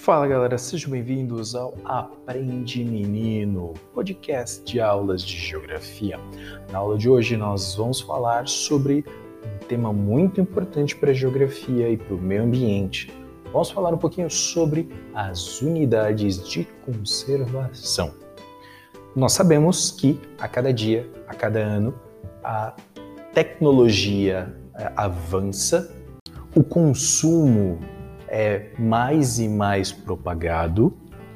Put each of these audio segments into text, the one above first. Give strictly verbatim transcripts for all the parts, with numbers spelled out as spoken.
Fala galera, sejam bem-vindos ao Aprende Menino, podcast de aulas de geografia. Na aula de hoje nós vamos falar sobre um tema muito importante para a geografia e para o meio ambiente. Vamos falar um pouquinho sobre as unidades de conservação. Nós sabemos que a cada dia, a cada ano, a tecnologia avança, o consumo é mais e mais propagado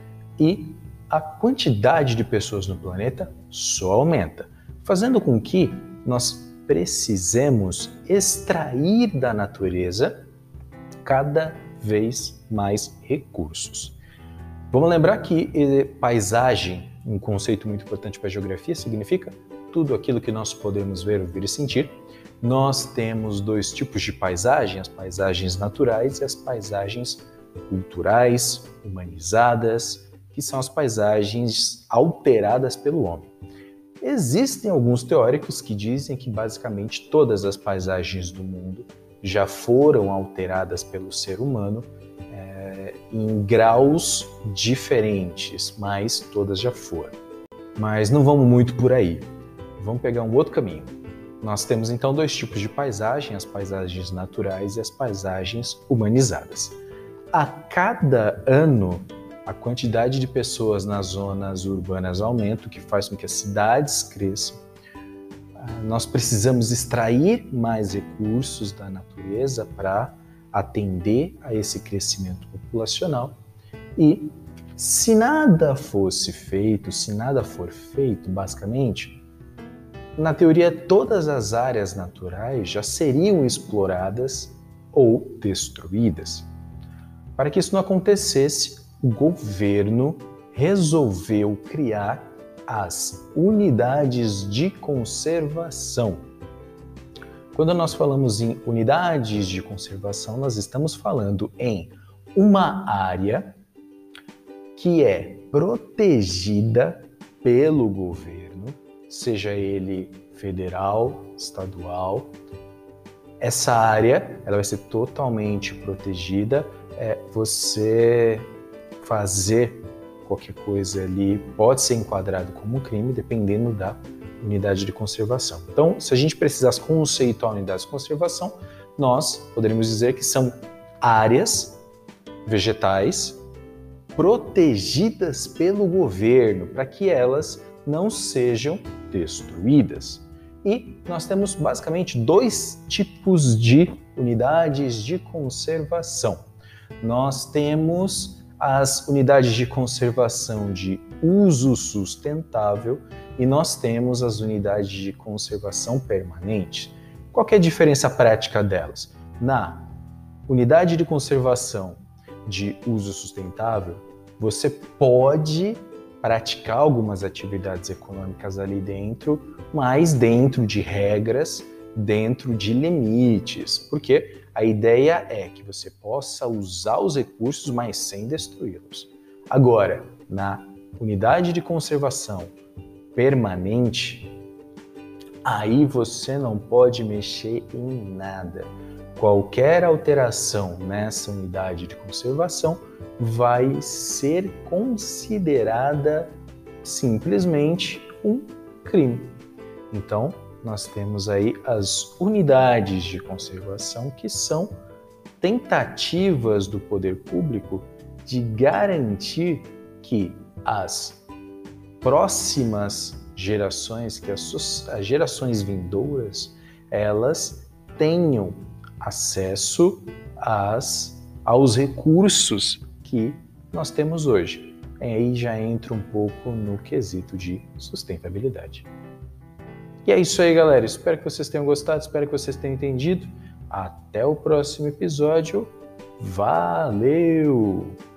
e a quantidade de pessoas no planeta só aumenta, fazendo com que nós precisemos extrair da natureza cada vez mais recursos. Vamos lembrar que eh, paisagem, um conceito muito importante para a geografia, significa tudo aquilo que nós podemos ver, ouvir e sentir. Nós temos dois tipos de paisagem, as paisagens naturais e as paisagens culturais, humanizadas, que são as paisagens alteradas pelo homem. Existem alguns teóricos que dizem que basicamente todas as paisagens do mundo já foram alteradas pelo ser humano é, em graus diferentes, mas todas já foram. Mas não vamos muito por aí, vamos pegar um outro caminho. Nós temos então dois tipos de paisagem, as paisagens naturais e as paisagens humanizadas. A cada ano, a quantidade de pessoas nas zonas urbanas aumenta, o que faz com que as cidades cresçam. Nós precisamos extrair mais recursos da natureza para atender a esse crescimento populacional. E se nada fosse feito, se nada for feito, basicamente, na teoria, todas as áreas naturais já seriam exploradas ou destruídas. Para que isso não acontecesse, o governo resolveu criar as unidades de conservação. Quando nós falamos em unidades de conservação, nós estamos falando em uma área que é protegida pelo governo, seja ele federal, estadual. Essa área ela vai ser totalmente protegida. É, você fazer qualquer coisa ali pode ser enquadrado como um crime, dependendo da unidade de conservação. Então, se a gente precisasse conceituar unidades de conservação, nós poderíamos dizer que são áreas vegetais protegidas pelo governo para que elas não sejam destruídas. E nós temos basicamente dois tipos de unidades de conservação. Nós temos as unidades de conservação de uso sustentável e nós temos as unidades de conservação permanente. Qual que é a diferença prática delas? Na unidade de conservação de uso sustentável, você pode praticar algumas atividades econômicas ali dentro, mas dentro de regras, dentro de limites, porque a ideia é que você possa usar os recursos, mas sem destruí-los. Agora, na unidade de conservação permanente, aí você não pode mexer em nada. Qualquer alteração nessa unidade de conservação vai ser considerada simplesmente um crime. Então, nós temos aí as unidades de conservação, que são tentativas do poder público de garantir que as próximas gerações, que as, as gerações vindouras, elas tenham acesso às, aos recursos que nós temos hoje. Aí já entra um pouco no quesito de sustentabilidade. E é isso aí, galera. Espero que vocês tenham gostado, espero que vocês tenham entendido. Até o próximo episódio. Valeu!